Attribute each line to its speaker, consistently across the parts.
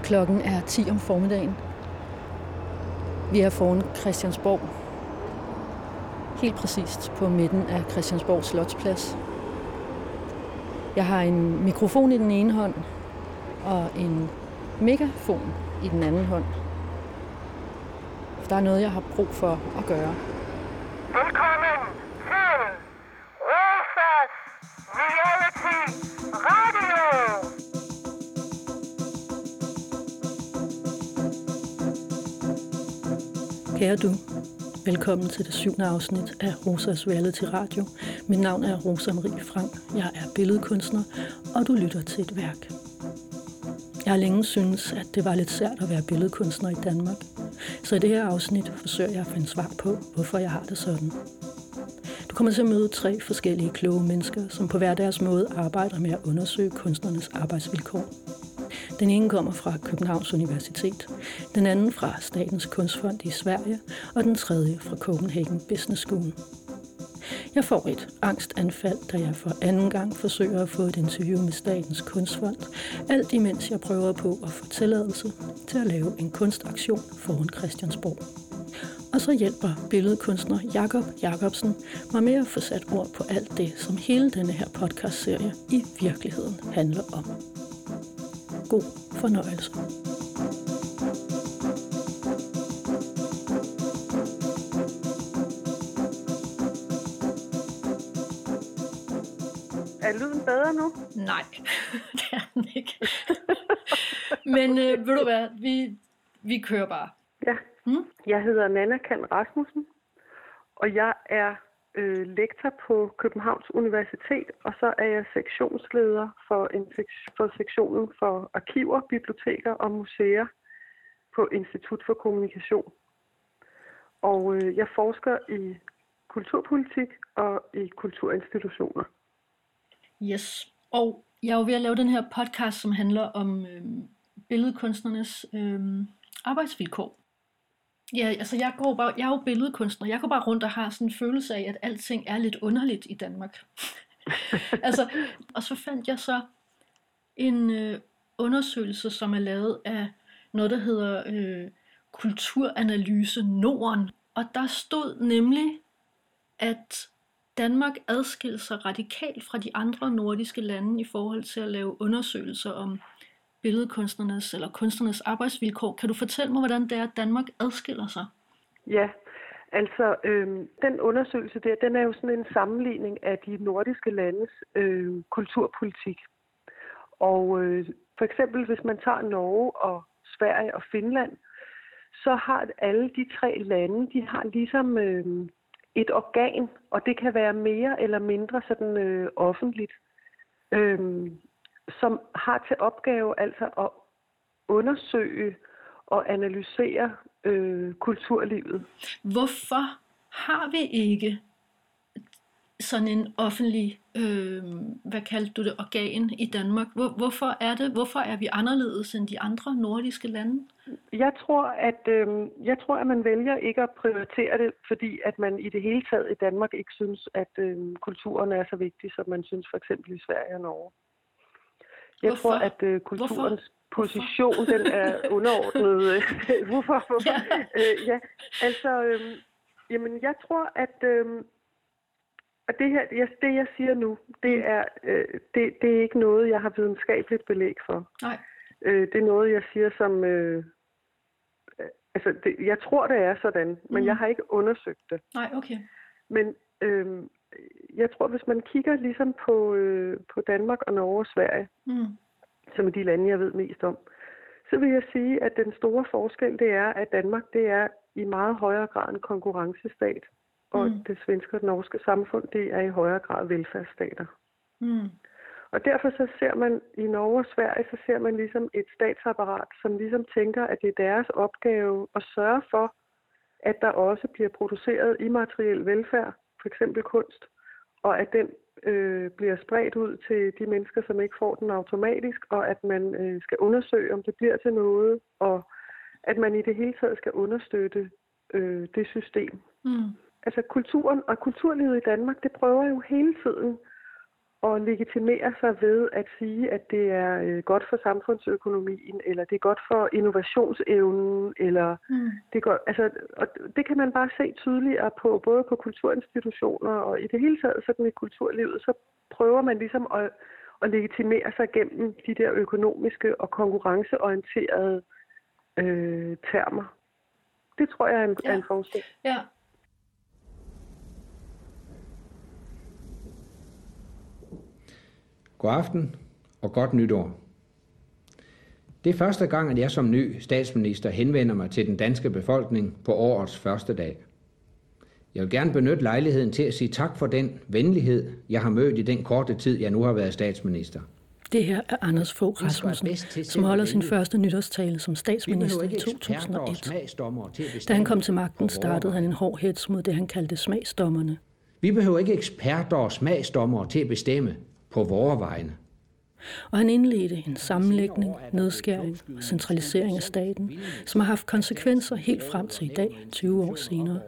Speaker 1: Klokken er 10 om formiddagen. Vi er foran Christiansborg. Helt præcist på midten af Christiansborg Slotsplads. Jeg har en mikrofon i den ene hånd og en megafon i den anden hånd. Der er noget, jeg har brug for at gøre.
Speaker 2: Velkommen til Rosas Reality Radio!
Speaker 1: Kære du, velkommen til det 7. afsnit af Rosas Reality Radio. Mit navn er Rosa Marie Frank. Jeg er billedkunstner, og du lytter til et værk. Jeg har længe syntes, at det var lidt sært at være billedkunstner i Danmark. Så i det her afsnit forsøger jeg at finde svar på, hvorfor jeg har det sådan. Du kommer til at møde 3 forskellige kloge mennesker, som på hver deres måde arbejder med at undersøge kunstnernes arbejdsvilkår. Den ene kommer fra Københavns Universitet, den anden fra Statens Kunstfond i Sverige, og den tredje fra Copenhagen Business School. Jeg får et angstanfald, da jeg for anden gang forsøger at få et interview med Statens Kunstfond, alt imens jeg prøver på at få tilladelse til at lave en kunstaktion foran Christiansborg. Og så hjælper billedkunstner Jakob Jakobsen mig med at få sat ord på alt det, som hele denne her podcastserie i virkeligheden handler om. God fornøjelse.
Speaker 2: Er lyden bedre nu?
Speaker 1: Nej, det er den ikke. Men ved du hvad, vi kører bare.
Speaker 2: Ja. Jeg hedder Nanna Kan Rasmussen, og jeg er lektor på Københavns Universitet, og så er jeg sektionsleder for sektionen for arkiver, biblioteker og museer på Institut for Kommunikation. Og jeg forsker i kulturpolitik og i kulturinstitutioner.
Speaker 1: Yes, og jeg er jo ved at lave den her podcast, som handler om billedkunstnernes arbejdsvilkår. Ja, altså jeg er jo billedkunstner. Jeg går bare rundt og har sådan en følelse af, at alting er lidt underligt i Danmark. Altså, og så fandt jeg så en undersøgelse, som er lavet af noget, der hedder Kulturanalyse Norden. Og der stod nemlig, at Danmark adskiller sig radikalt fra de andre nordiske lande i forhold til at lave undersøgelser om billedkunstnernes eller kunstnernes arbejdsvilkår. Kan du fortælle mig, hvordan det er, at Danmark adskiller sig?
Speaker 2: Ja, altså den undersøgelse der, den er jo sådan en sammenligning af de nordiske landes kulturpolitik. Og for eksempel, hvis man tager Norge og Sverige og Finland, så har alle de 3 lande, de har ligesom et organ, og det kan være mere eller mindre sådan offentligt, som har til opgave altså at undersøge og analysere kulturlivet.
Speaker 1: Hvorfor har vi ikke sådan en offentlig, hvad kaldte du det, organ i Danmark? Hvorfor er vi anderledes end de andre nordiske lande?
Speaker 2: Jeg tror, at man vælger ikke at prioritere det, fordi at man i det hele taget i Danmark ikke synes, at kulturen er så vigtig, som man synes for eksempel i Sverige og Norge. Jeg tror, at kulturens position, den er underordnet. Hvorfor? Ja. Jamen, jeg tror, at det jeg siger nu, det er ikke noget, jeg har videnskabeligt belæg for.
Speaker 1: Nej.
Speaker 2: Det er noget, jeg siger som... jeg tror, det er sådan, men jeg har ikke undersøgt det.
Speaker 1: Nej, okay.
Speaker 2: Men jeg tror, hvis man kigger ligesom på Danmark og Norge og Sverige, som er de lande, jeg ved mest om, så vil jeg sige, at den store forskel, det er, at Danmark, det er i meget højere grad en konkurrencestat, og det svenske og norske samfund, det er i højere grad velfærdsstater. Og derfor så ser man i Norge og Sverige, så ser man ligesom et statsapparat, som ligesom tænker, at det er deres opgave at sørge for, at der også bliver produceret immateriel velfærd, for eksempel kunst, og at den bliver spredt ud til de mennesker, som ikke får den automatisk, og at man skal undersøge, om det bliver til noget, og at man i det hele taget skal understøtte det system. Altså kulturen og kulturlivet i Danmark, det prøver jo hele tiden at legitimere sig ved at sige, at det er godt for samfundsøkonomien, eller det er godt for innovationsevnen, eller det er godt, altså, og det kan man bare se tydeligere på, både på kulturinstitutioner og i det hele taget sådan i kulturlivet, så prøver man ligesom at legitimere sig gennem de der økonomiske og konkurrenceorienterede termer. Det tror jeg er en forskel.
Speaker 1: Ja.
Speaker 3: God aften og godt nytår. Det er første gang, at jeg som ny statsminister henvender mig til den danske befolkning på årets første dag. Jeg vil gerne benytte lejligheden til at sige tak for den venlighed, jeg har mødt i den korte tid, jeg nu har været statsminister.
Speaker 1: Det her er Anders Fogh Rasmussen, som holder sin første nytårstale som statsminister i 2001. Da han kom til magten, startede han en hård hets mod det, han kaldte smagsdommerne.
Speaker 3: Vi behøver ikke eksperter og smagsdommere til at bestemme på vore vegne.
Speaker 1: Og han indledte en sammenlægning, nedskæring og centralisering af staten, som har haft konsekvenser helt frem til i dag, 20 år senere.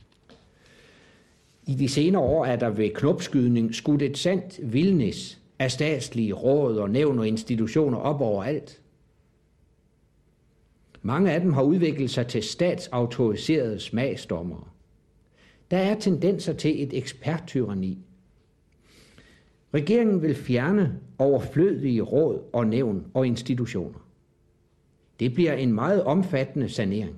Speaker 3: I de senere år er der ved knopskydning skudt et sandt vildnis af statslige råd og nævn og institutioner op overalt. Mange af dem har udviklet sig til statsautoriserede smagsdommere. Der er tendenser til et eksperttyranni. Regeringen vil fjerne overflødige råd og nævn og institutioner. Det bliver en meget omfattende sanering.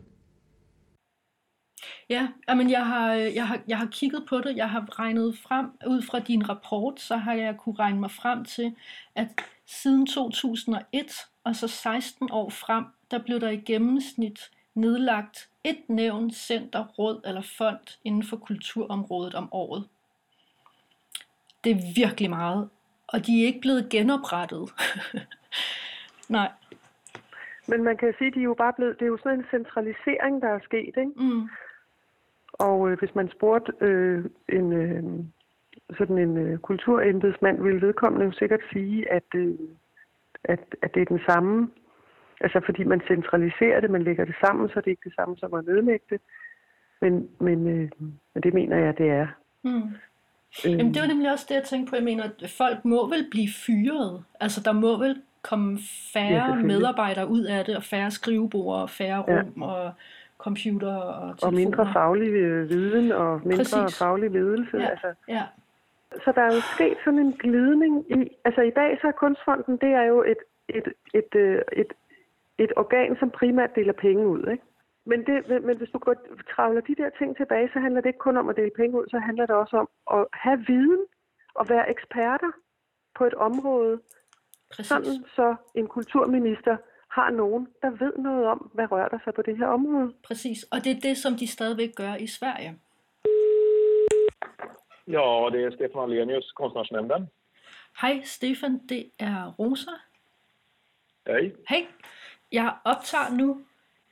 Speaker 1: Ja, men jeg har kigget på det. Jeg har regnet frem, ud fra din rapport, så har jeg kunne regne mig frem til, at siden 2001, og så 16 år frem, der blev der i gennemsnit nedlagt et nævn, center, råd eller fond inden for kulturområdet om året. Det er virkelig meget, og de er ikke blevet genoprettet. Nej.
Speaker 2: Men man kan sige, at de er jo bare blevet, det er jo sådan en centralisering, der er sket, ikke? Mm. Og hvis man spurgte sådan en kulturembedsmand, ville vedkommende jo sikkert sige, at det er den samme. Altså fordi man centraliserer det, man lægger det sammen, så det er ikke det samme som at nedlægge det. Men det mener jeg, det er. Mm.
Speaker 1: Jamen det var nemlig også det, jeg tænkte på. Jeg mener, at folk må vel blive fyret. Altså der må vel komme færre medarbejdere ud af det, og færre skrivebord, og færre rum, og computer og telefoner. Og
Speaker 2: mindre faglig viden, og mindre faglig ledelse.
Speaker 1: Ja.
Speaker 2: Altså.
Speaker 1: Ja.
Speaker 2: Så der er jo sket sådan en glidning i... Altså i dag så er Kunstfonden, det er jo et organ, som primært deler penge ud, ikke? Men hvis du travler de der ting tilbage, så handler det ikke kun om at dele penge ud, så handler det også om at have viden og være eksperter på et område. Præcis. Sådan så en kulturminister har nogen, der ved noget om, hvad rører der sig på det her område.
Speaker 1: Præcis, og det er det, som de stadigvæk gør i Sverige.
Speaker 4: Ja, det er Stefan Alenius, Konstnärsnämnden.
Speaker 1: Hej Stefan, det er Rosa.
Speaker 4: Hej.
Speaker 1: Hej, jeg optager nu.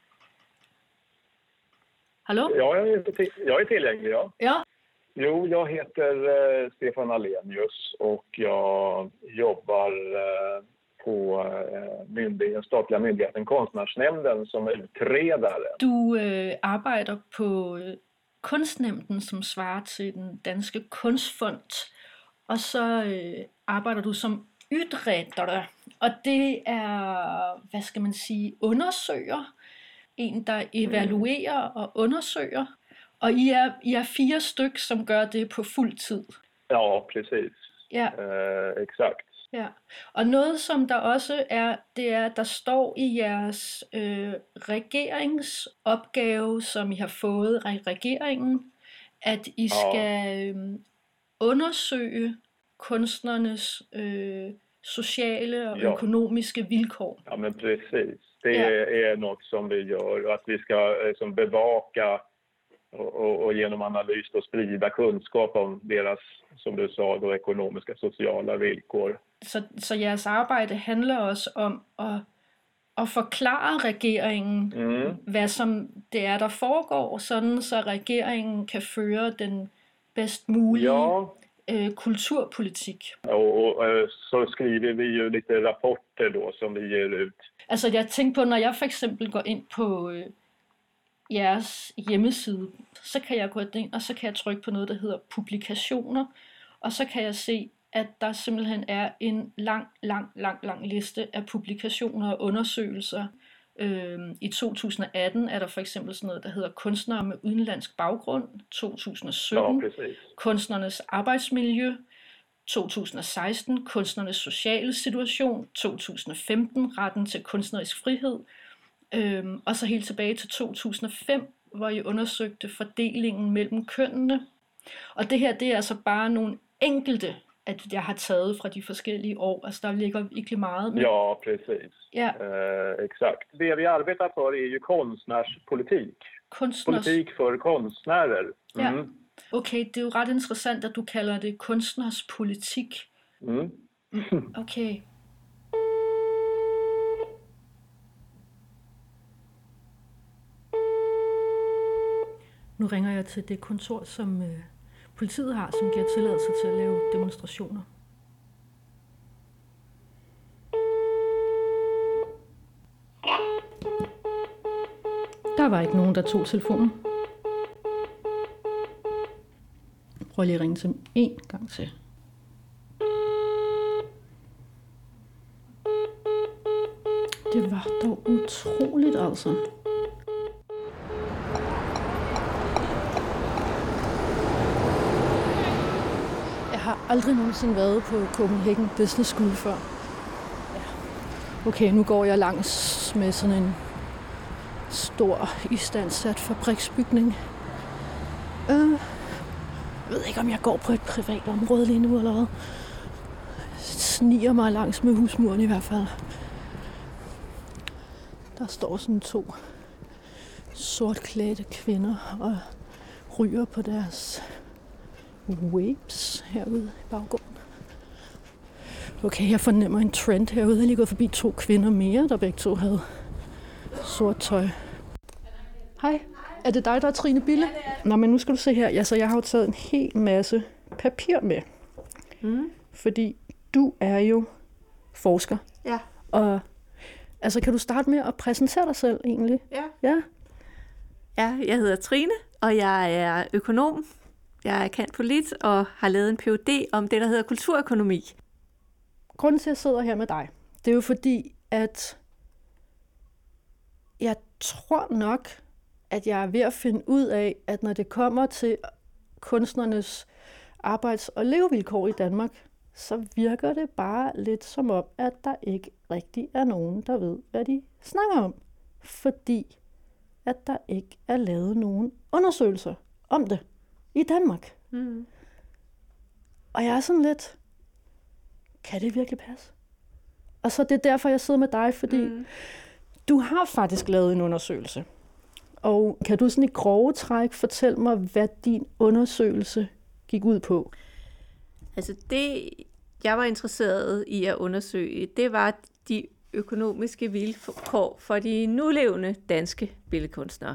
Speaker 1: Hallå?
Speaker 4: Ja, jag är tillgänglig, ja.
Speaker 1: Ja.
Speaker 4: Jo, jag heter Stefan Alenius och jag jobbar på den statliga myndigheten Konstnärsnämnden som utredare.
Speaker 1: Du arbejder på Kunstnämnden, som svarer til den danske kunstfond, og så arbejder du som utredare, og det er, hvad skal man sige, undersøger, en der evaluerer og undersøger, og I er 4 stykker, som gør det på fuld tid.
Speaker 4: Ja, precis.
Speaker 1: Ja.
Speaker 4: Exakt.
Speaker 1: Ja, og noget som der også er, det er, at der står i jeres regeringsopgave, som I har fået af regeringen, at I skal undersøge kunstnernes sociale og økonomiske vilkår.
Speaker 4: Ja, men precis. Det är något som vi gör, att vi ska som bevaka och genom analys då sprida kunskap om deras, som du sa, då ekonomiska sociala villkor.
Speaker 1: Så jeres arbejde handler også om at forklare regeringen, hvad som det er, der foregår, sådan så regeringen kan føre den bedst mulige kulturpolitik.
Speaker 4: Och så skriver vi ju lite rapporter då som vi ger ut.
Speaker 1: Altså jeg tænker på, når jeg for eksempel går ind på jeres hjemmeside, så kan jeg gå ind, og så kan jeg trykke på noget, der hedder publikationer, og så kan jeg se at der simpelthen er en lang liste af publikationer og undersøgelser. I 2018 er der for eksempel sådan noget, der hedder Kunstnere med udenlandsk baggrund, 2017, Kunstnernes arbejdsmiljø, 2016, Kunstnernes sociale situation, 2015, Retten til kunstnerisk frihed, og så helt tilbage til 2005, hvor I undersøgte fordelingen mellem kønnene. Og det her, det er altså bare nogle enkelte, at jeg har taget fra de forskellige år. Altså der ligger virkelig meget. Men...
Speaker 4: Ja, precis.
Speaker 1: Ja.
Speaker 4: Exakt. Det vi arbetar för är ju konstnärspolitik. Politik för konstnärer.
Speaker 1: Ja. Okay, det er jo ret interessant, at du kalder det kunstnerspolitik. Okay. Nu ringer jeg til det kontor, som politiet har, som giver tilladelse til at lave demonstrationer. Der var ikke nogen, der tog telefonen. Prøv lige at ringe til dem en gang til. Det var dog utroligt, altså. Jeg har aldrig nogensinde været på Copenhagen Business School før. Okay, nu går jeg langs med sådan en stor istandsat fabriksbygning. Jeg ved ikke, om jeg går på et privat område lige nu, eller hvad. Sniger mig langs med husmuren i hvert fald. Der står sådan 2 sortklædte kvinder og ryger på deres vapes herude i baggrunden. Okay, jeg fornemmer en trend herude. Jeg er lige gået forbi 2 kvinder mere, der begge 2 havde sort tøj. Hej, er det dig, der er Trine Bille? Ja, det er. Nå, men nu skal du se her. Jeg har jo taget en hel masse papir med. Fordi du er jo forsker.
Speaker 5: Ja.
Speaker 1: Og altså, kan du starte med at præsentere dig selv egentlig?
Speaker 5: Ja, jeg hedder Trine, og jeg er økonom. Jeg er cand.polit og har lavet en Ph.D. om det, der hedder kulturøkonomi.
Speaker 1: Grunden til, at jeg sidder her med dig, det er jo fordi, at jeg tror nok, at jeg er ved at finde ud af, at når det kommer til kunstnernes arbejds- og levevilkår i Danmark, så virker det bare lidt som om, at der ikke rigtig er nogen, der ved, hvad de snakker om. Fordi at der ikke er lavet nogen undersøgelser om det i Danmark. Og jeg er sådan lidt, kan det virkelig passe? Og så det er derfor, jeg sidder med dig, fordi du har faktisk lavet en undersøgelse. Og kan du sådan i grove træk fortælle mig, hvad din undersøgelse gik ud på?
Speaker 5: Altså det, jeg var interesseret i at undersøge, det var de økonomiske vilkår for de nulevende danske billedkunstnere.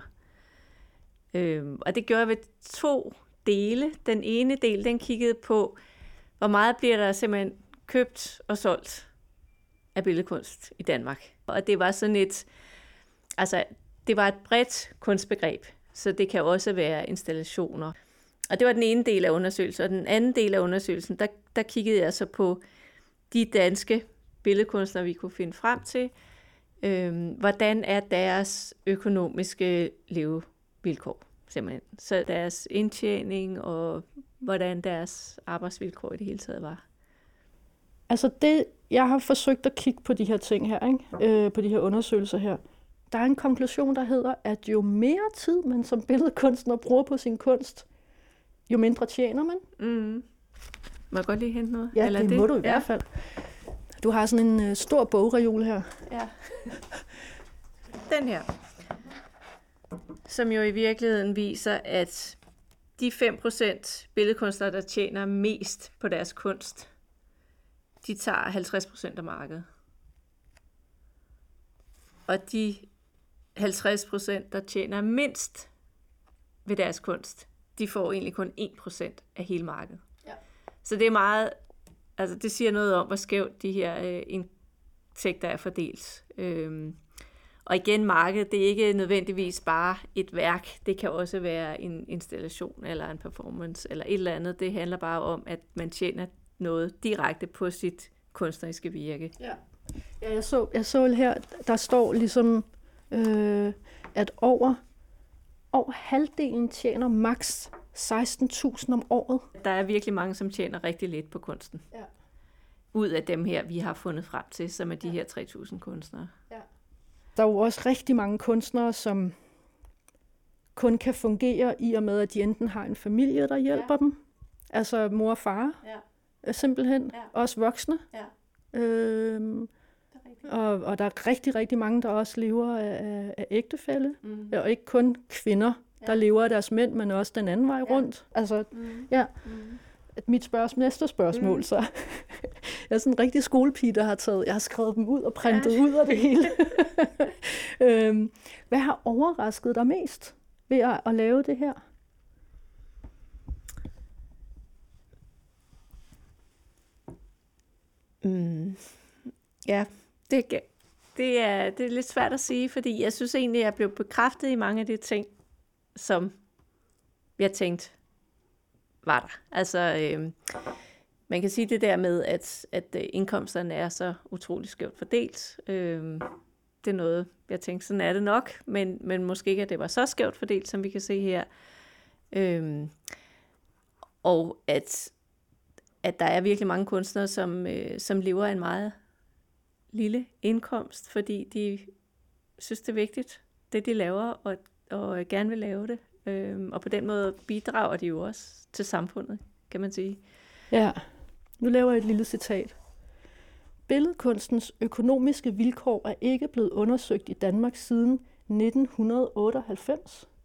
Speaker 5: Og det gjorde jeg ved 2 dele. Den ene del, den kiggede på, hvor meget bliver der simpelthen købt og solgt af billedkunst i Danmark. Og det var sådan det var et bredt kunstbegreb, så det kan også være installationer. Og det var den ene del af undersøgelsen, og den anden del af undersøgelsen, der kiggede jeg så på de danske billedkunstnere, vi kunne finde frem til. Hvordan er deres økonomiske levevilkår, simpelthen. Så deres indtjening og hvordan deres arbejdsvilkår i det hele taget var.
Speaker 1: Altså det, jeg har forsøgt at kigge på de her ting her, ikke? På de her undersøgelser her. Der er en konklusion, der hedder, at jo mere tid man som billedkunstner bruger på sin kunst, jo mindre tjener man.
Speaker 5: Må jeg godt lige hente noget?
Speaker 1: Ja, det må du i hvert fald. Du har sådan en stor bogreol her.
Speaker 5: Ja. Den her. Som jo i virkeligheden viser, at de 5% billedkunstnere, der tjener mest på deres kunst, de tager 50% af markedet. Og de 50%, der tjener mindst ved deres kunst, de får egentlig kun 1% af hele markedet. Ja. Så det er meget, altså det siger noget om, hvor skævt de her indtægter er fordelt. Og igen, markedet, det er ikke nødvendigvis bare et værk. Det kan også være en installation eller en performance eller et eller andet. Det handler bare om, at man tjener noget direkte på sit kunstneriske virke.
Speaker 1: Ja, jeg så her, der står ligesom, at over halvdelen tjener maks 16.000 om året.
Speaker 5: Der er virkelig mange, som tjener rigtig lidt på kunsten.
Speaker 1: Ja.
Speaker 5: Ud af dem her, vi har fundet frem til, som er de her 3.000 kunstnere.
Speaker 1: Ja. Der er jo også rigtig mange kunstnere, som kun kan fungere i og med, at de enten har en familie, der hjælper dem. Altså mor og far, simpelthen. Ja. Også voksne. Ja. Og der er rigtig, rigtig mange, der også lever af ægtefælle. Og ikke kun kvinder, der lever af deres mænd, men også den anden vej rundt. Altså, Mit næste spørgsmål, så jeg er sådan en rigtig skolepige, der jeg har skrevet dem ud og printet ud af det hele. Hvad har overrasket dig mest ved at lave det her?
Speaker 5: Ja, det er lidt svært at sige, fordi jeg synes egentlig, at jeg blev bekræftet i mange af de ting, som jeg tænkte var der. Altså, man kan sige det der med, at indkomsterne er så utrolig skævt fordelt. Det er noget, jeg tænkte, sådan er det nok, men måske ikke, at det var så skævt fordelt, som vi kan se her. Og at der er virkelig mange kunstnere, som lever af en meget lille indkomst, fordi de synes, det er vigtigt, det de laver, og gerne vil lave det. Og på den måde bidrager de jo også til samfundet, kan man sige.
Speaker 1: Ja, nu laver jeg et lille citat. Billedkunstens økonomiske vilkår er ikke blevet undersøgt i Danmark siden 1998.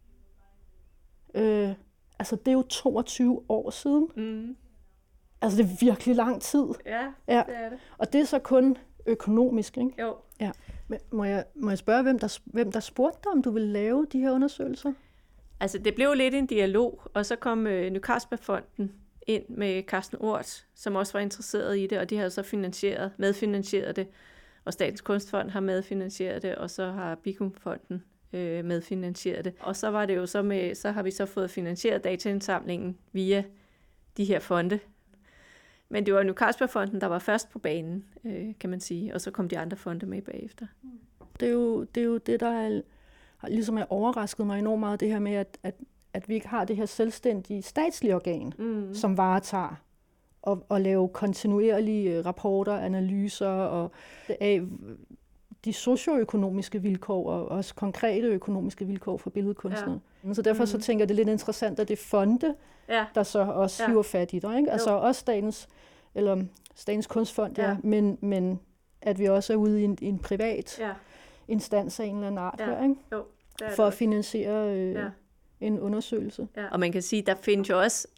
Speaker 1: Altså, det er jo 22 år siden. Mm. Altså, det er virkelig lang tid.
Speaker 5: Ja, det er det.
Speaker 1: Og det er så kun økonomisk, ikke?
Speaker 5: Jo.
Speaker 1: Ja. Men må jeg spørge, hvem der spurgte dig, om du ville lave de her undersøgelser?
Speaker 5: Altså, det blev lidt en dialog, og så kom Ny Carlsbergfonden ind med Carsten Ort, som også var interesseret i det, og de har så medfinansieret det, og Statens Kunstfond har medfinansieret det, og så har Bicum-fonden medfinansieret det. Og så var det jo så har vi så fået finansieret dataindsamlingen via de her fonde. Men det var Ny Carlsbergfonden, der var først på banen, kan man sige, og så kom de andre fonde med bagefter.
Speaker 1: Det er jo det, der ligesom har overrasket mig enormt meget, det her med, at vi ikke har det her selvstændige statslige organ, som varetager og lave kontinuerlige rapporter, analyser og af de socioøkonomiske vilkår og også konkrete økonomiske vilkår for billedkunstnere. Ja. Så derfor så tænker jeg, det er lidt interessant, at det er fonde, der så også hiver fat i det, ikke? Altså også Statens Kunstfond, men at vi også er ude i en privat instans af en eller anden art her, ikke?
Speaker 5: Jo,
Speaker 1: for at finansiere en undersøgelse.
Speaker 5: Ja. Og man kan sige, der findes jo også,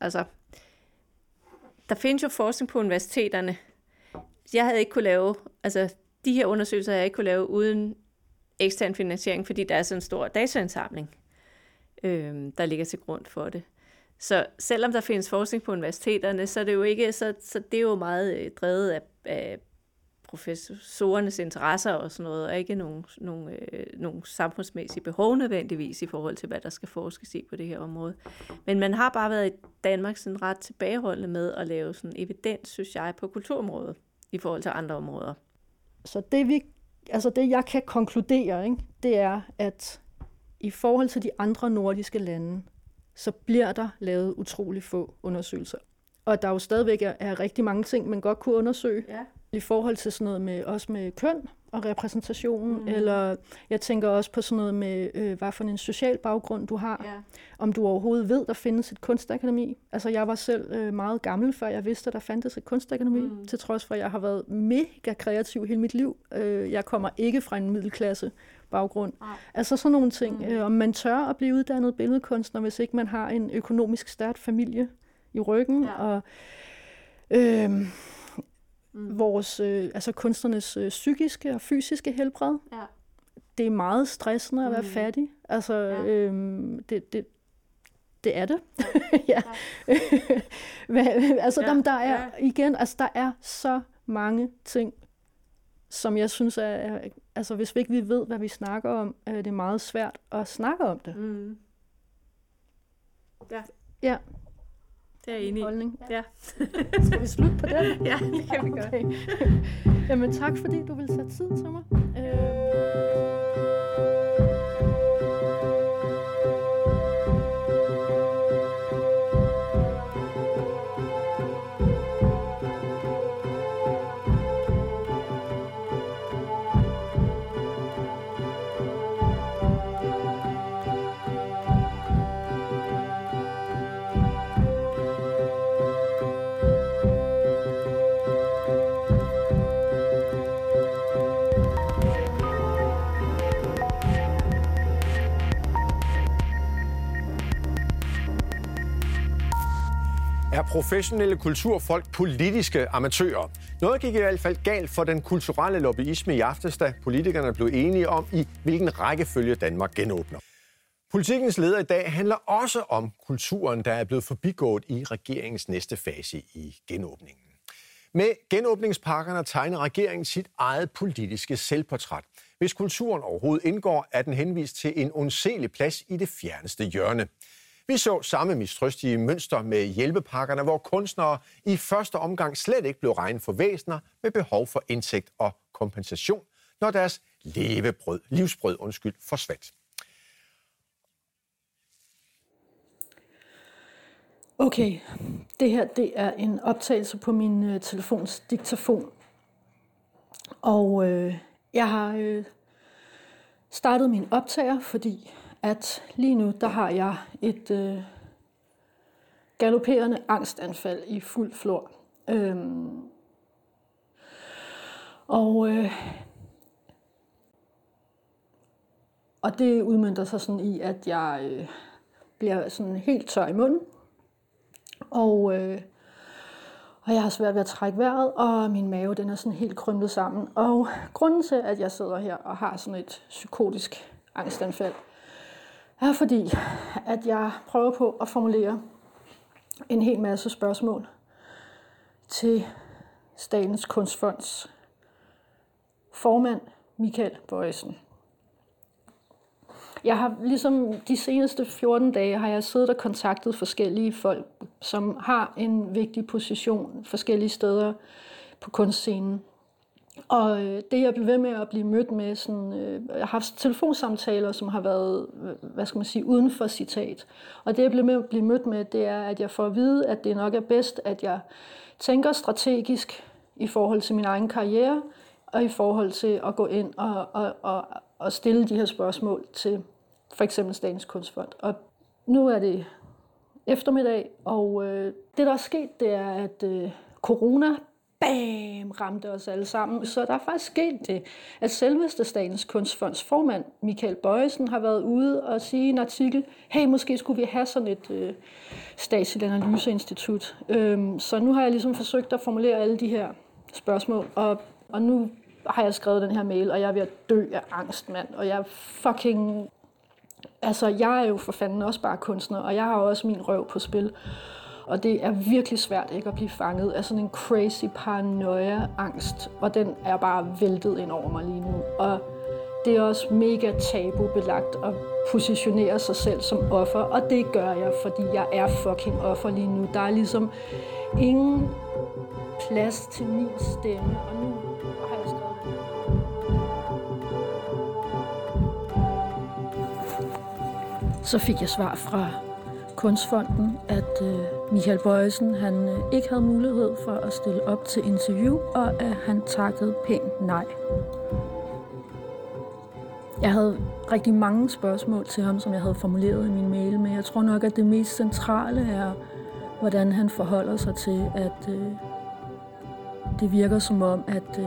Speaker 5: der findes jo forskning på universiteterne. Jeg havde ikke kunne lave, de her undersøgelser havde jeg ikke kunne lave uden ekstern finansiering, fordi der er sådan en stor dataindsamling, der ligger til grund for det. Så selvom der findes forskning på universiteterne, så er det jo ikke, så det er jo meget drevet af professorernes interesser og sådan noget, og ikke nogle samfundsmæssige behov nødvendigvis i forhold til, hvad der skal forskes i på det her område. Men man har bare været i Danmark sådan ret tilbageholdende med at lave sådan evidens, synes jeg, på kulturområdet i forhold til andre områder.
Speaker 1: Så det jeg kan konkludere, ikke, det er, at i forhold til de andre nordiske lande, så bliver der lavet utrolig få undersøgelser. Og der jo stadigvæk er rigtig mange ting, man godt kunne undersøge. Ja. I forhold til sådan noget også med køn og repræsentation, eller jeg tænker også på sådan noget med, hvad for en social baggrund du har, om du overhovedet ved, der findes et kunstakademi. Altså jeg var selv meget gammel, før jeg vidste, at der fandtes et kunstakademi, til trods for, at jeg har været mega kreativ hele mit liv. Jeg kommer ikke fra en middelklasse baggrund. Altså sådan nogle ting. Om man tør at blive uddannet billedkunstner, hvis ikke man har en økonomisk stærk familie i ryggen, og vores, kunstnernes psykiske og fysiske helbred. Ja. Det er meget stressende at være fattig. Altså, det er det. Ja. Der er igen, der er så mange ting, som jeg synes er, hvis vi ikke ved, hvad vi snakker om, er det meget svært at snakke om det.
Speaker 5: Mm. Ja.
Speaker 1: Ja.
Speaker 5: Det er jeg enig i.
Speaker 1: Holdning.
Speaker 5: Ja.
Speaker 1: Skal vi slutte på den?
Speaker 5: Ja, det kan vi godt.
Speaker 1: Jamen tak, fordi du vil sætte tid til mig.
Speaker 6: Er professionelle kulturfolk politiske amatører? Noget gik i hvert fald galt for den kulturelle lobbyisme i aftes, da politikerne blev enige om, i hvilken rækkefølge Danmark genåbner. Politikens leder i dag handler også om kulturen, der er blevet forbigået i regeringens næste fase i genåbningen. Med genåbningspakkerne tegner regeringen sit eget politiske selvportræt. Hvis kulturen overhovedet indgår, er den henvist til en undselig plads i det fjerneste hjørne. Vi så samme mistrøstige mønster med hjælpepakkerne, hvor kunstnere i første omgang slet ikke blev regnet for væsener med behov for indtægt og kompensation, når deres livsbrød forsvandt.
Speaker 1: Okay, det her det er en optagelse på min telefons diktafon. Og jeg har startet min optager, fordi at lige nu, der har jeg et galopperende angstanfald i fuld flor. Og det udmønter sig sådan i, at jeg bliver sådan helt tør i munden. Og jeg har svært ved at trække vejret, og min mave den er sådan helt krymlet sammen. Og grunden til, at jeg sidder her og har sådan et psykotisk angstanfald, er fordi, at jeg prøver på at formulere en hel masse spørgsmål til Statens Kunstfonds formand, Michael Bojesen. Jeg har ligesom de seneste 14 dage har jeg siddet og kontaktet forskellige folk, som har en vigtig position forskellige steder på kunstscenen. Og det jeg blev ved med at blive mødt med, sådan, jeg har haft telefonsamtaler, som har været, uden for citat. Og det jeg blev med at blive mødt med, det er, at jeg får at vide, at det nok er bedst, at jeg tænker strategisk i forhold til min egen karriere, og i forhold til at gå ind og stille de her spørgsmål til for eksempel Statens Kunstfond. Og nu er det eftermiddag, og det der er sket, det er, at corona ramte os alle sammen. Så der er faktisk sket det, at selveste Statens Kunstfonds formand, Michael Bojesen, har været ude og sige i en artikel, hey, måske skulle vi have sådan et statsligt analyseinstitut. Så nu har jeg ligesom forsøgt at formulere alle de her spørgsmål, og nu har jeg skrevet den her mail, og jeg er ved at dø af angst, mand. Og jeg er fucking... Altså, jeg er jo for fanden også bare kunstner, og jeg har også min røv på spil. Og det er virkelig svært ikke at blive fanget af sådan en crazy paranoia-angst, og den er bare væltet ind over mig lige nu. Og det er også mega tabubelagt at positionere sig selv som offer, og det gør jeg, fordi jeg er fucking offer lige nu. Der er ligesom ingen plads til min stemme, og nu har jeg skrevet det. Så fik jeg svar fra Kunstfonden, at Michael Bojesen han ikke havde mulighed for at stille op til interview, og at han takkede pænt nej. Jeg havde rigtig mange spørgsmål til ham, som jeg havde formuleret i min mail, men jeg tror nok, at det mest centrale er, hvordan han forholder sig til, at det virker som om, at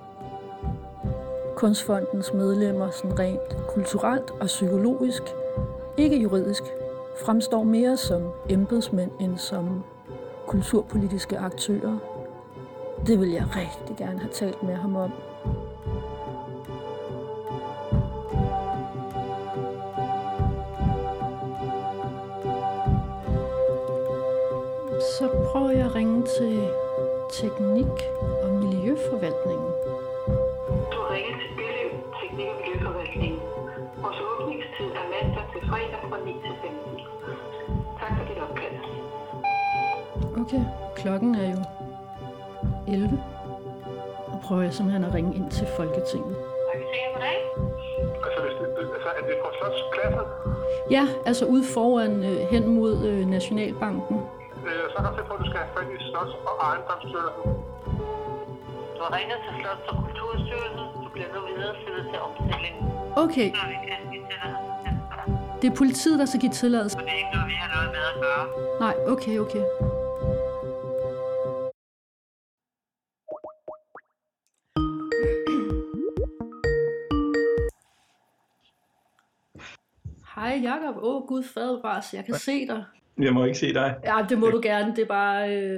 Speaker 1: Kunstfondens medlemmer sådan rent kulturelt og psykologisk, ikke juridisk, fremstår mere som embedsmænd end som kulturpolitiske aktører. Det vil jeg rigtig gerne have talt med ham om. Så prøver jeg at ringe til teknik- og miljøforvaltningen.
Speaker 7: Du ringer til Byløv Teknik- og Miljøforvaltningen. Vores åbningstid er mandag til fredag fra 9 til 15. Tak for dit opkald.
Speaker 1: Okay, klokken er jo 11. Og prøver jeg simpelthen at ringe ind til Folketinget.
Speaker 8: Er det på Slotspladsen?
Speaker 1: Ja, altså ude foran hen mod Nationalbanken.
Speaker 8: Så kan jeg se på, at du skal have fat i Slots- og Ejendomsstyrelsen.
Speaker 7: Du har ringet til Slots- og Kulturstyrelsen. Du bliver nu videresendt til omstillingen.
Speaker 1: Okay. Det er politiet, der skal give tilladelse.
Speaker 7: Det er ikke noget, vi har noget med at gøre.
Speaker 1: Nej, okay. Hej Jakob. Gud faderbevares, jeg kan se dig.
Speaker 9: Jeg må ikke se dig.
Speaker 1: Ja, det må du gerne. Det er bare...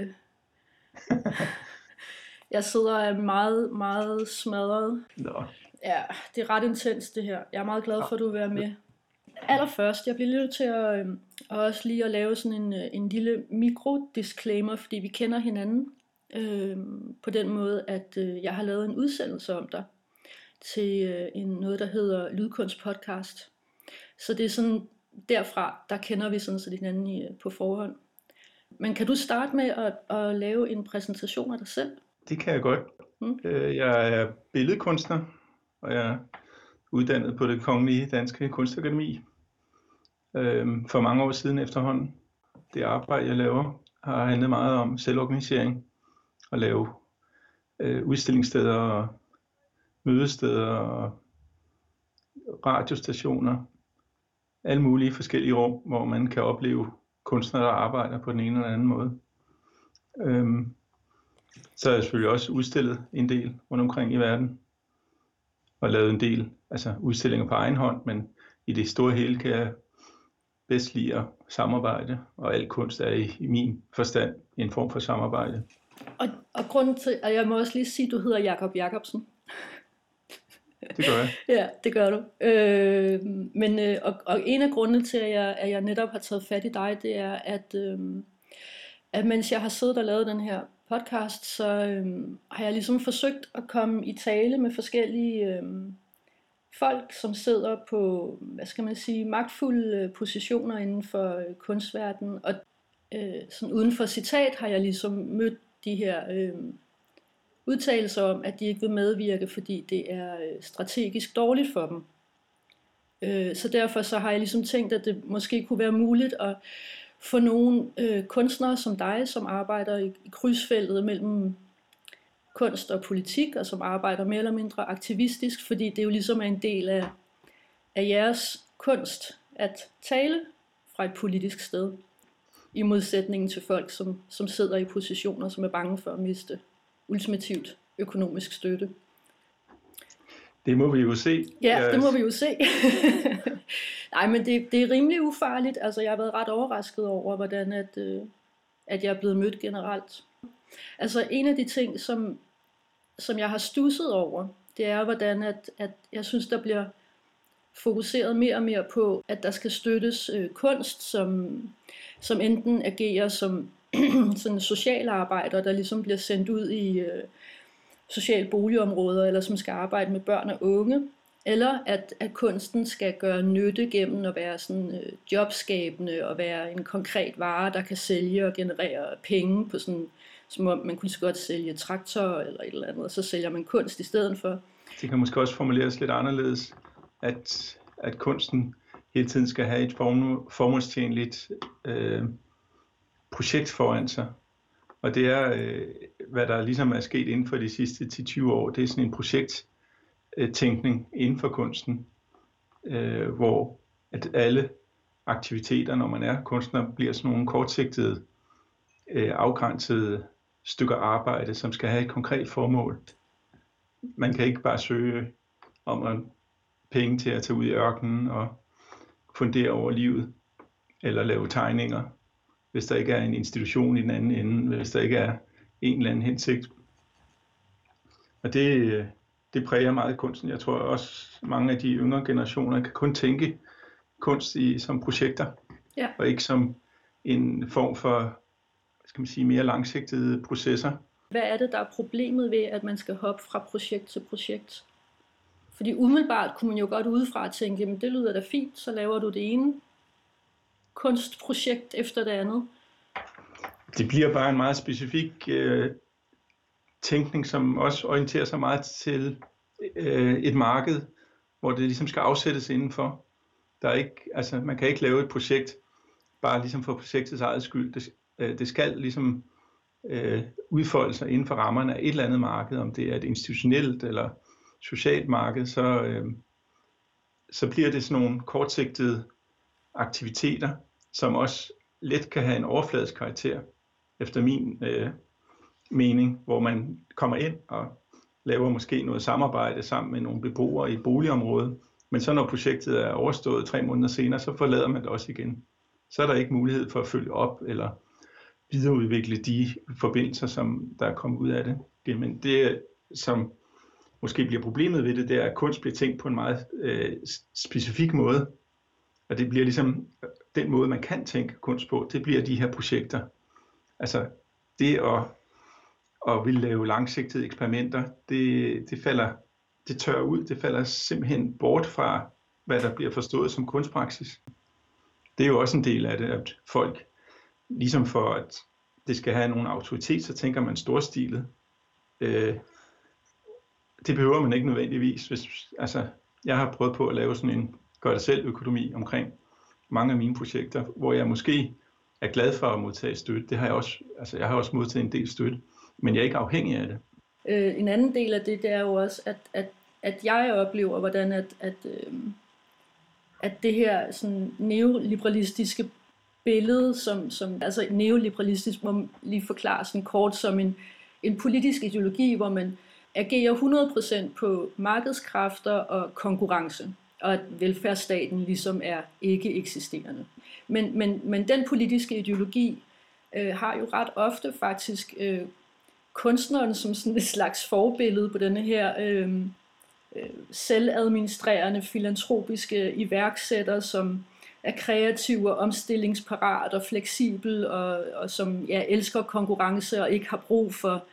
Speaker 1: Jeg sidder og er meget, meget smadret.
Speaker 9: Nå.
Speaker 1: Ja, det er ret intens det her. Jeg er meget glad for, at du vil være med. Allerførst, jeg bliver lige nødt til at også lige at lave sådan en lille mikro-disclaimer, fordi vi kender hinanden. På den måde, at jeg har lavet en udsendelse om dig til noget, der hedder Lydkunst Podcast. Så det er sådan, derfra, der kender vi sådan set hinanden på forhånd. Men kan du starte med at lave en præsentation af dig selv?
Speaker 9: Det kan jeg godt. Jeg er billedkunstner, og jeg er uddannet på Det Kongelige Danske Kunstakademi for mange år siden efterhånden. Det arbejde, jeg laver, har handlet meget om selvorganisering og lave udstillingssteder og mødesteder og radiostationer. Alle mulige forskellige rum, hvor man kan opleve kunstnere, der arbejder på den ene eller anden måde. Så har jeg selvfølgelig også udstillet en del rundt omkring i verden. Og lavet en del udstillinger på egen hånd, men i det store hele kan jeg bedst lide at samarbejde. Og al kunst er i min forstand en form for samarbejde.
Speaker 1: Og grunden til, at jeg må også lige sige, at du hedder Jakob Jakobsen.
Speaker 9: Det gør jeg.
Speaker 1: Ja, det gør du. Og en af grundene til, at jeg netop har taget fat i dig, det er, at mens jeg har siddet og lavet den her podcast, så har jeg ligesom forsøgt at komme i tale med forskellige folk, som sidder på, magtfulde positioner inden for kunstverdenen. Og sådan uden for citat har jeg ligesom mødt de her udtalelser om, at de ikke vil medvirke, fordi det er strategisk dårligt for dem. Så derfor så har jeg ligesom tænkt, at det måske kunne være muligt at få nogle kunstnere som dig, som arbejder i krydsfeltet mellem kunst og politik, og som arbejder mere eller mindre aktivistisk, fordi det jo ligesom er en del af jeres kunst at tale fra et politisk sted, i modsætning til folk, som sidder i positioner, som er bange for at miste ultimativt økonomisk støtte.
Speaker 9: Det må vi jo se.
Speaker 1: Ja, det må vi jo se. Nej, men det er rimelig ufarligt. Altså, jeg har været ret overrasket over, hvordan at jeg er blevet mødt generelt. Altså, en af de ting, som jeg har studset over, det er, hvordan at jeg synes, der bliver fokuseret mere og mere på, at der skal støttes kunst, som enten agerer som sådan sociale arbejdere, der ligesom bliver sendt ud i sociale boligområder, eller som skal arbejde med børn og unge, eller at kunsten skal gøre nytte gennem at være sådan jobskabende og være en konkret vare, der kan sælge og generere penge på sådan, som om man kunne så godt sælge traktorer eller et eller andet, og så sælger man kunst i stedet for.
Speaker 9: Det kan måske også formuleres lidt anderledes, at kunsten hele tiden skal have et formålstjenligt projekt foran sig. Og det er, hvad der ligesom er sket inden for de sidste 10-20 år, det er sådan en projekttænkning inden for kunsten, hvor at alle aktiviteter, når man er kunstner, bliver sådan nogle kortsigtede, afgrænsede stykker arbejde, som skal have et konkret formål. Man kan ikke bare søge om penge til at tage ud i ørkenen og fundere over livet, eller lave tegninger, hvis der ikke er en institution i den anden ende, hvis der ikke er en eller anden hensigt. Og det præger meget kunsten. Jeg tror også, mange af de yngre generationer kan kun tænke kunst som projekter, ja, og ikke som en form for, mere langsigtede processer.
Speaker 1: Hvad er det, der er problemet ved, at man skal hoppe fra projekt til projekt? Fordi umiddelbart kunne man jo godt udefra tænke, men det lyder da fint, så laver du det ene kunstprojekt efter det andet.
Speaker 9: Det bliver bare en meget specifik tænkning, som også orienterer sig meget til et marked, hvor det ligesom skal afsættes indenfor. Der er ikke, altså man kan ikke lave et projekt bare ligesom for projektets eget skyld. Det skal ligesom udfolde sig inden for rammerne af et eller andet marked, om det er et institutionelt eller socialt marked, så bliver det sådan nogle kortsigtede aktiviteter, som også let kan have en overfladisk karakter, efter min mening, hvor man kommer ind og laver måske noget samarbejde sammen med nogle beboere i et boligområde, men så når projektet er overstået 3 måneder senere, så forlader man det også igen. Så er der ikke mulighed for at følge op eller videreudvikle de forbindelser, som der er kommet ud af det. Men det, som måske bliver problemet ved det, det er, at kunst bliver tænkt på en meget specifik måde. Og det bliver ligesom den måde, man kan tænke kunst på, det bliver de her projekter. Altså det at ville lave langsigtede eksperimenter, det tørrer ud, det falder simpelthen bort fra, hvad der bliver forstået som kunstpraksis. Det er jo også en del af det, at folk, ligesom for at det skal have nogen autoritet, så tænker man storstilet. Det behøver man ikke nødvendigvis. Jeg har prøvet på at lave sådan en gør-det-selv-økonomi omkring mange af mine projekter, hvor jeg måske er glad for at modtage støtte. Det har jeg også, jeg har også modtaget en del støtte, men jeg er ikke afhængig af det.
Speaker 1: En anden del af det er jo også, at jeg oplever, hvordan at det her sådan neoliberalistiske billede, som altså neoliberalistisk må lige forklare sådan kort som en politisk ideologi, hvor man agerer 100% på markedskræfter og konkurrence, og at velfærdsstaten ligesom er ikke eksisterende. Men den politiske ideologi har jo ret ofte faktisk kunstneren som sådan et slags forbillede på denne her selvadministrerende, filantropiske iværksætter, som er kreativ og omstillingsparat og fleksibel, og som elsker konkurrence og ikke har brug for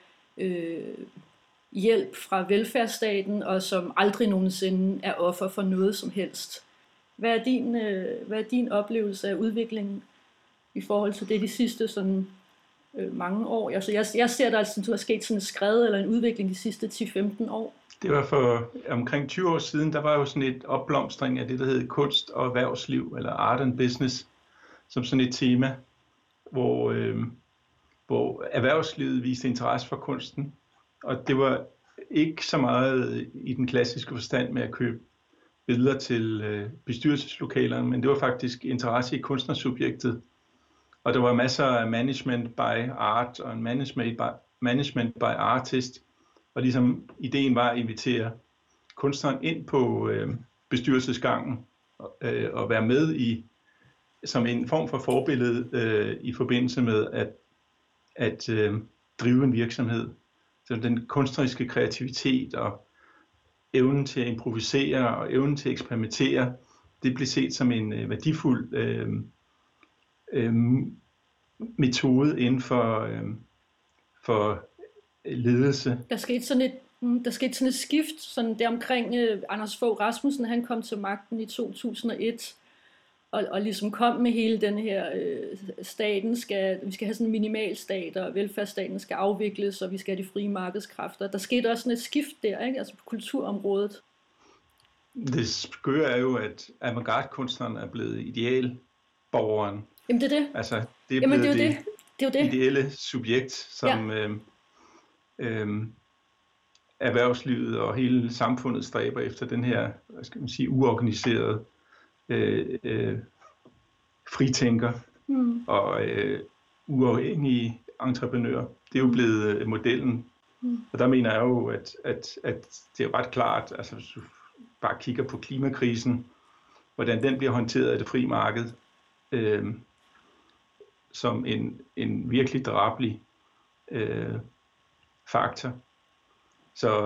Speaker 1: hjælp fra velfærdsstaten, og som aldrig nogensinde er offer for noget som helst. Hvad er din oplevelse af udviklingen i forhold til det de sidste sådan mange år? Altså jeg ser der altså, du har sket sådan et skred eller en udvikling de sidste 10-15 år.
Speaker 9: Det var for omkring 20 år siden, der var jo sådan et opblomstring af det, der hed kunst og erhvervsliv, eller art and business, som sådan et tema, hvor erhvervslivet viste interesse for kunsten. Og det var ikke så meget i den klassiske forstand med at købe billeder til bestyrelseslokalerne, men det var faktisk interesse i kunstnersubjektet. Og der var masser af management by art og management by artist. Og ligesom ideen var at invitere kunstneren ind på bestyrelsesgangen og være med som en form for forbillede i forbindelse med at drive en virksomhed. Så den kunstneriske kreativitet og evnen til at improvisere og evnen til at eksperimentere, det blev set som en værdifuld metode inden for ledelse.
Speaker 1: Der skete sådan et skift, sådan der omkring Anders Fogh Rasmussen, han kom til magten i 2001, og ligesom kom med hele den her, vi skal have sådan en minimalstat, og velfærdsstaten skal afvikles, og vi skal have de frie markedskræfter. Der skete også sådan et skift der, ikke? Altså på kulturområdet.
Speaker 9: Det skøre er jo, at avantgarde-kunstneren er blevet idealborgeren.
Speaker 1: Jamen det er det.
Speaker 9: Altså det er blevet
Speaker 1: det er jo det.
Speaker 9: Ideelle subjekt, som erhvervslivet og hele samfundet stræber efter, den her, hvad skal man sige, uorganiserede fritænker og uafhængige entreprenører. Det er jo blevet modellen. Og der mener jeg jo, at det er ret klart, altså hvis du bare kigger på klimakrisen, hvordan den bliver håndteret af det frie marked, som en virkelig drabelig faktor. Så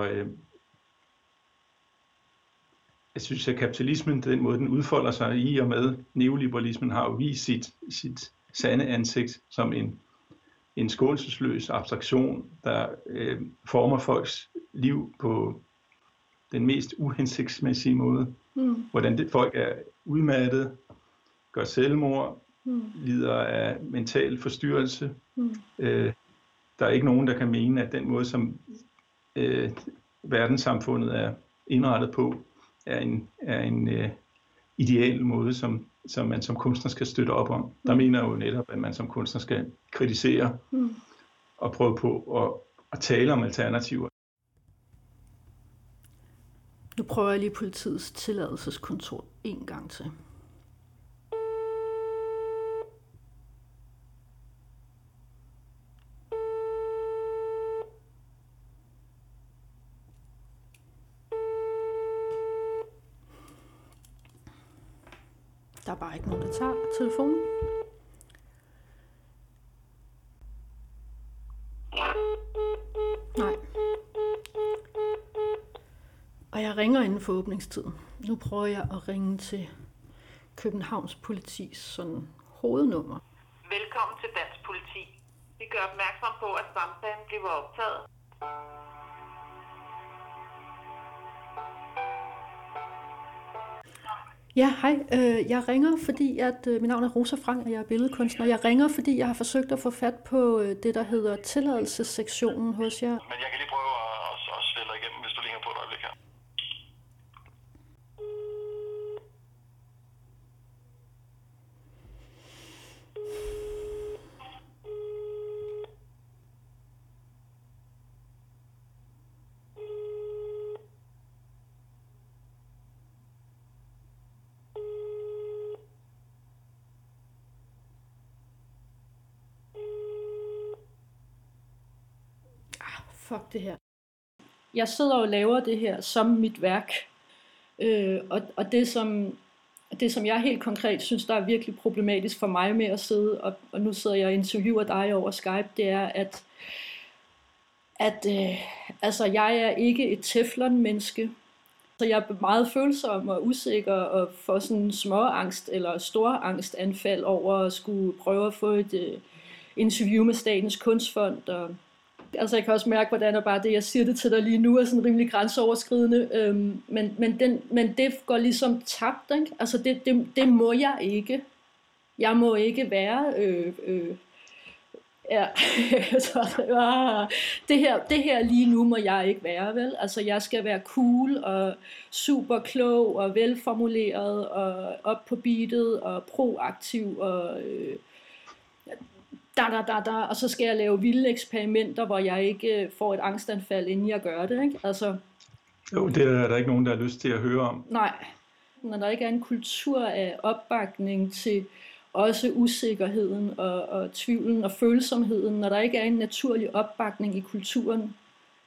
Speaker 9: jeg synes, at kapitalismen, den måde den udfolder sig i og med neoliberalismen, har jo vist sit sande ansigt som en skånselsløs abstraktion, der former folks liv på den mest uhensigtsmæssige måde. Hvordan folk er udmattet, gør selvmord, lider af mental forstyrrelse. Der er ikke nogen, der kan mene, at den måde, som verdenssamfundet er indrettet på, er en ideal måde, som man som kunstner skal støtte op om. Der mener jeg jo netop, at man som kunstner skal kritisere og prøve på at tale om alternativer.
Speaker 1: Nu prøver jeg lige politiets tilladelseskontor en gang til. Der er bare ikke nogen, der tager telefonen. Nej. Og jeg ringer inden for åbningstiden. Nu prøver jeg at ringe til Københavns Politis sådan hovednummer.
Speaker 10: Velkommen til Dansk Politi. Vi gør opmærksom på, at samtalen bliver optaget.
Speaker 1: Ja, hej. Jeg ringer, fordi mit navn er Rosa Frank, og jeg er billedkunstner. Jeg ringer, fordi jeg har forsøgt at få fat på det, der hedder tilladelsessektionen hos jer.
Speaker 8: Men jeg kan lige prøve at svælde dig igennem, hvis du ligger på et øjeblik her.
Speaker 1: Fuck det her. Jeg sidder og laver det her som mit værk. Og det som jeg helt konkret synes, der er virkelig problematisk for mig med at sidde, og nu sidder jeg og interviewer dig over Skype, det er, at jeg er ikke et teflon-menneske. Så jeg er meget følsom og usikker og får sådan småangst eller storangstanfald over at skulle prøve at få et interview med Statens Kunstfond. Og altså jeg kan også mærke, hvordan bare det, jeg siger det til dig lige nu, er sådan rimelig grænseoverskridende. Men det går ligesom tabt, ikke? Altså det må jeg ikke. Jeg må ikke være... det her lige nu må jeg ikke være, vel? Altså jeg skal være cool og super klog og velformuleret og op på beatet og proaktiv og... og så skal jeg lave vilde eksperimenter, hvor jeg ikke får et angstanfald, inden jeg gør det, ikke? Altså,
Speaker 9: jo, det er der ikke nogen, der har lyst til at høre om.
Speaker 1: Nej, når der ikke er en kultur af opbakning til også usikkerheden og tvivlen og følsomheden, når der ikke er en naturlig opbakning i kulturen,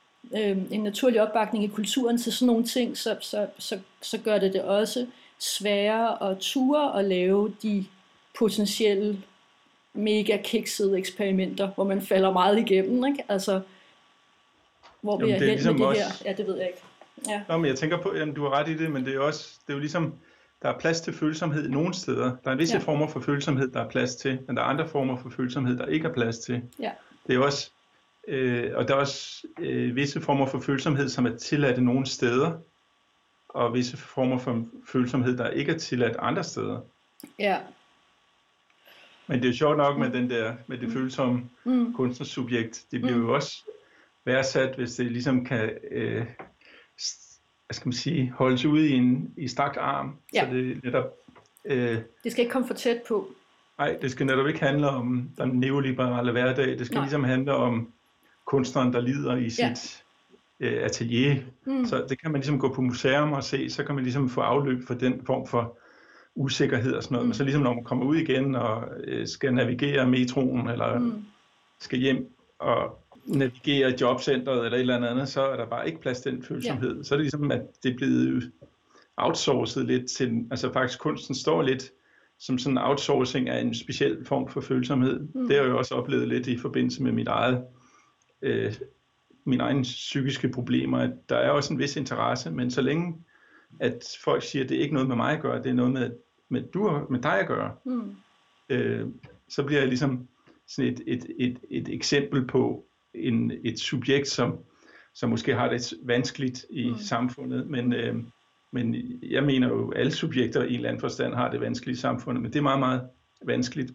Speaker 1: til sådan nogle ting, så gør det også sværere at ture at lave de potentielle mega kiksede eksperimenter, hvor man falder meget igennem, ikke? Altså, hvor vi er hen ligesom med det også... her? Ja, det ved jeg ikke. Ja.
Speaker 9: Nå, men jeg tænker på, jamen, du har ret i det, men det er jo ligesom, der er plads til følsomhed nogle steder. Der er visse former for følsomhed, der er plads til, men der er andre former for følsomhed, der ikke er plads til.
Speaker 1: Ja.
Speaker 9: Det er også, og der er også visse former for følsomhed, som er tilladt nogle steder, og visse former for følsomhed, der ikke er tilladt andre steder.
Speaker 1: Ja.
Speaker 9: Men det er jo sjovt nok med det følsomme kunstnersubjekt. Det bliver jo også værdsat, hvis det ligesom kan holdes ude i strakt arm.
Speaker 1: Ja.
Speaker 9: Så det netop...
Speaker 1: det skal ikke komme for tæt på.
Speaker 9: Nej, det skal netop ikke handle om den neoliberale hverdag. Det skal ligesom handle om kunstneren, der lider i sit atelier. Så det kan man ligesom gå på museum og se, så kan man ligesom få afløb for den form for usikkerhed og sådan noget, men så ligesom når man kommer ud igen og skal navigere metroen, eller skal hjem og navigere jobcentret eller et eller andet, så er der bare ikke plads til den følsomhed. Så er det ligesom, at det er blevet outsourcet lidt til, altså faktisk kunsten står lidt som sådan en outsourcing af en speciel form for følsomhed. Det har jeg jo også oplevet lidt i forbindelse med mine egne psykiske problemer, at der er også en vis interesse, men så længe at folk siger, at det er ikke noget med mig at gøre, det er noget med dig at gøre, så bliver jeg ligesom sådan et eksempel på et subjekt, som måske har det vanskeligt i samfundet, men jeg mener jo, at alle subjekter i en eller anden forstand har det vanskeligt i samfundet, men det er meget, meget vanskeligt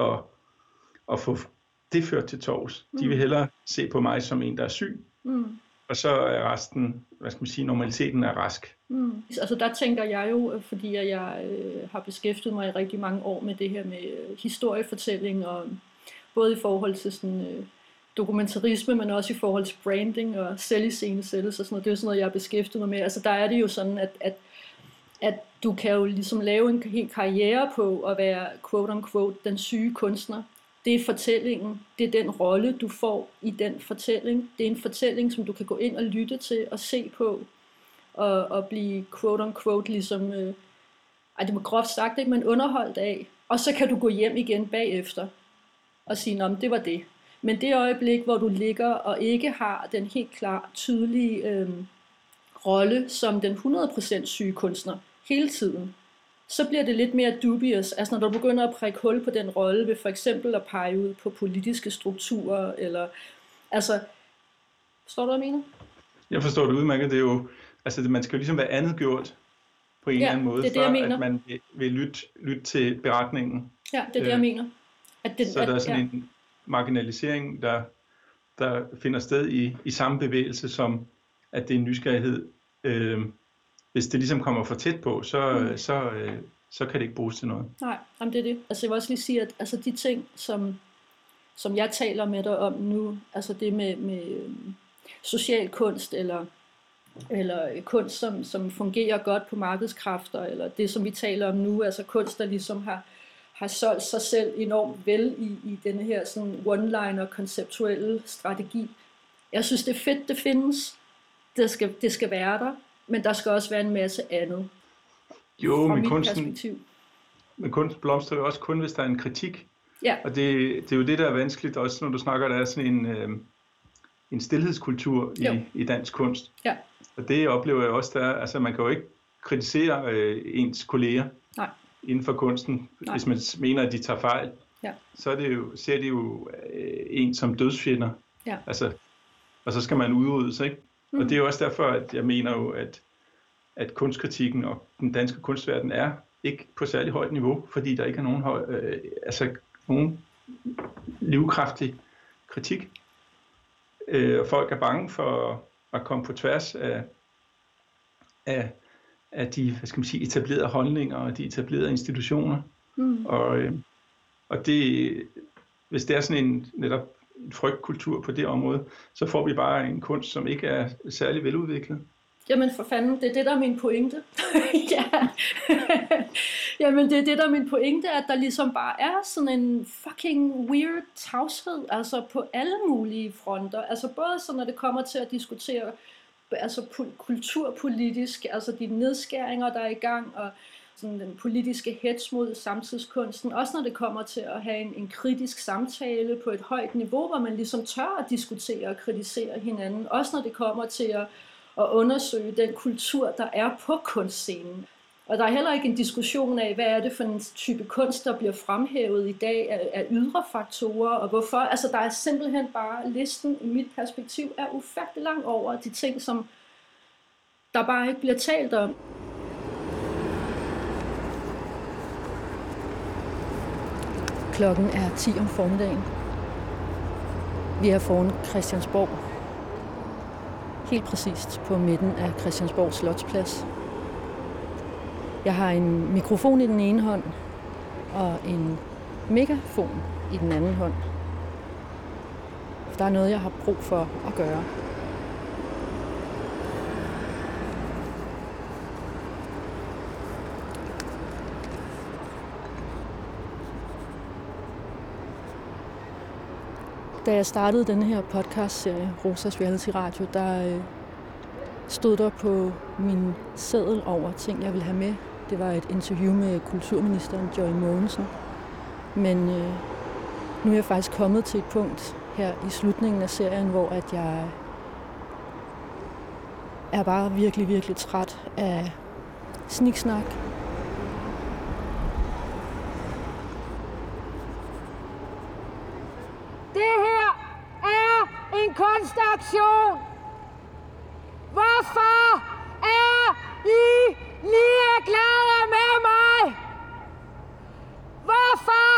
Speaker 9: at få det ført til torvs. De vil hellere se på mig som en, der er syg, og så er resten, normaliteten er rask.
Speaker 1: Altså der tænker jeg jo, fordi jeg har beskæftiget mig i rigtig mange år med det her med historiefortælling, og både i forhold til sådan dokumentarisme, men også i forhold til branding og selviscenesættelse og sådan noget. Det er jo sådan noget, jeg har beskæftiget mig med. Altså der er det jo sådan, at du kan jo ligesom lave en hel karriere på at være quote-unquote den syge kunstner. Det er fortællingen. Det er den rolle, du får i den fortælling. Det er en fortælling, som du kan gå ind og lytte til og se på og blive quote-unquote ligesom, det var groft sagt, ikke, men underholdt af. Og så kan du gå hjem igen bagefter og sige, nå, det var det. Men det øjeblik, hvor du ligger og ikke har den helt klar, tydelige rolle som den 100% syge kunstner hele tiden, så bliver det lidt mere dubious. Altså når du begynder at prikke hul på den rolle ved for eksempel at pege ud på politiske strukturer, eller altså, forstår du, hvad jeg mener?
Speaker 9: Jeg forstår det udmærket. Det er jo, altså man skal jo ligesom være andet gjort på en eller anden måde,
Speaker 1: det er
Speaker 9: at man vil lytte til beretningen.
Speaker 1: Ja, det er det, jeg mener.
Speaker 9: Så der er sådan en marginalisering, der finder sted i samme bevægelse, som at det er en nysgerrighed. Hvis det ligesom kommer for tæt på, så kan det ikke bruges til noget.
Speaker 1: Nej, jamen det er det. Altså jeg vil også lige sige, at altså de ting, som jeg taler med dig om nu, altså det med social kunst, eller kunst, som fungerer godt på markedskræfter, eller det, som vi taler om nu, altså kunst, der ligesom har solgt sig selv enormt vel i denne her sådan one-liner konceptuelle strategi. Jeg synes, det er fedt, det findes. Det skal være der, men der skal også være en masse andet.
Speaker 9: Jo, men kunst blomstrer jo også kun, hvis der er en kritik.
Speaker 1: Ja.
Speaker 9: Og det er jo det, der er vanskeligt, også når du snakker, der er sådan en stilhedskultur i dansk kunst.
Speaker 1: Ja.
Speaker 9: Og det oplever jeg også, der altså man kan jo ikke kritisere ens kolleger inden for kunsten, hvis man mener, at de tager fejl.
Speaker 1: Ja.
Speaker 9: Så er det jo, ser de jo en som dødsfjender.
Speaker 1: Ja.
Speaker 9: Altså, og så skal man udryddes, ikke? Og det er jo også derfor, at jeg mener jo, at kunstkritikken og den danske kunstverden er ikke på særlig højt niveau, fordi der ikke er nogen livskraftig kritik. Og folk er bange for at komme på tværs af de, etablerede holdninger og de etablerede institutioner. Og det, hvis det er sådan en netop en frygtkultur på det område, så får vi bare en kunst, som ikke er særlig veludviklet.
Speaker 1: Jamen for fanden, det er det, der er min pointe. Ja. Jamen det er det, der er min pointe, at der ligesom bare er sådan en fucking weird tavshed, altså på alle mulige fronter. Altså både så når det kommer til at diskutere altså kulturpolitisk, altså de nedskæringer, der er i gang, og sådan den politiske hets mod samtidskunsten, også når det kommer til at have en kritisk samtale på et højt niveau, hvor man ligesom tør at diskutere og kritisere hinanden, også når det kommer til at undersøge den kultur, der er på kunstscenen. Og der er heller ikke en diskussion af, hvad er det for en type kunst, der bliver fremhævet i dag af ydre faktorer, og hvorfor. Altså der er simpelthen bare, listen i mit perspektiv er ufattelig langt over de ting, som der bare ikke bliver talt om. Klokken er 10 om formiddagen. Vi er foran Christiansborg. Helt præcist på midten af Christiansborg Slotsplads. Jeg har en mikrofon i den ene hånd og en megafon i den anden hånd. Der er noget, jeg har brug for at gøre. Da jeg startede denne her podcast-serie, Rosas Reality Radio, der stod der på min seddel over ting, jeg ville have med. Det var et interview med kulturministeren Joy Mogensen. Men nu er jeg faktisk kommet til et punkt her i slutningen af serien, hvor at jeg er bare virkelig, virkelig træt af sniksnak.
Speaker 11: Det her er en kunstaktion. Hvorfor er I ligeglade med mig? Hvorfor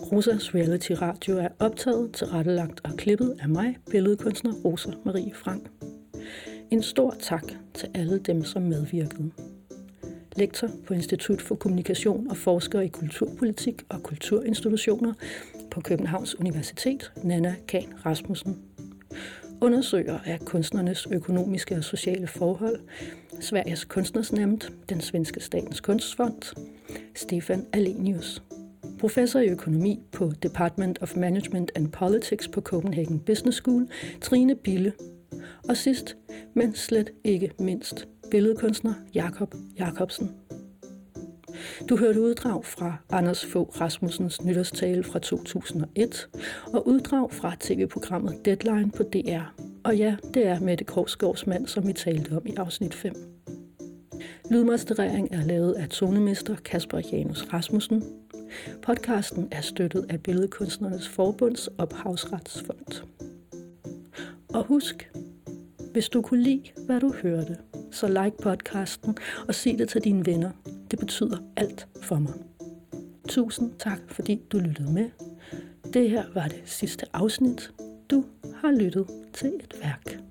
Speaker 1: Rosas Reality Radio er optaget, tilrettelagt og klippet af mig, billedkunstner Rosa Marie Frank. En stor tak til alle dem, som medvirkede. Lektor på Institut for Kommunikation og forsker i kulturpolitik og kulturinstitutioner på Københavns Universitet, Nanna Kahn Rasmussen. Undersøger af kunstnernes økonomiske og sociale forhold, Sveriges Kunstnersnævn, den svenske Statens Kunstfond, Stefan Alenius. Professor i økonomi på Department of Management and Politics på Copenhagen Business School, Trine Bille. Og sidst, men slet ikke mindst, billedkunstner Jakob Jakobsen. Du hørte uddrag fra Anders Fogh Rasmussens nytårstale fra 2001 og uddrag fra tv-programmet Deadline på DR. Og ja, det er Mette Krogsgaards mand, som vi talte om i afsnit 5. Lydmasterering er lavet af tonemester Kasper Janus Rasmussen. Podcasten er støttet af Billedkunstnernes Forbunds Ophavsretsfond. Og husk, hvis du kunne lide, hvad du hørte, så like podcasten og sig det til dine venner. Det betyder alt for mig. Tusind tak, fordi du lyttede med. Det her var det sidste afsnit. Du har lyttet til et værk.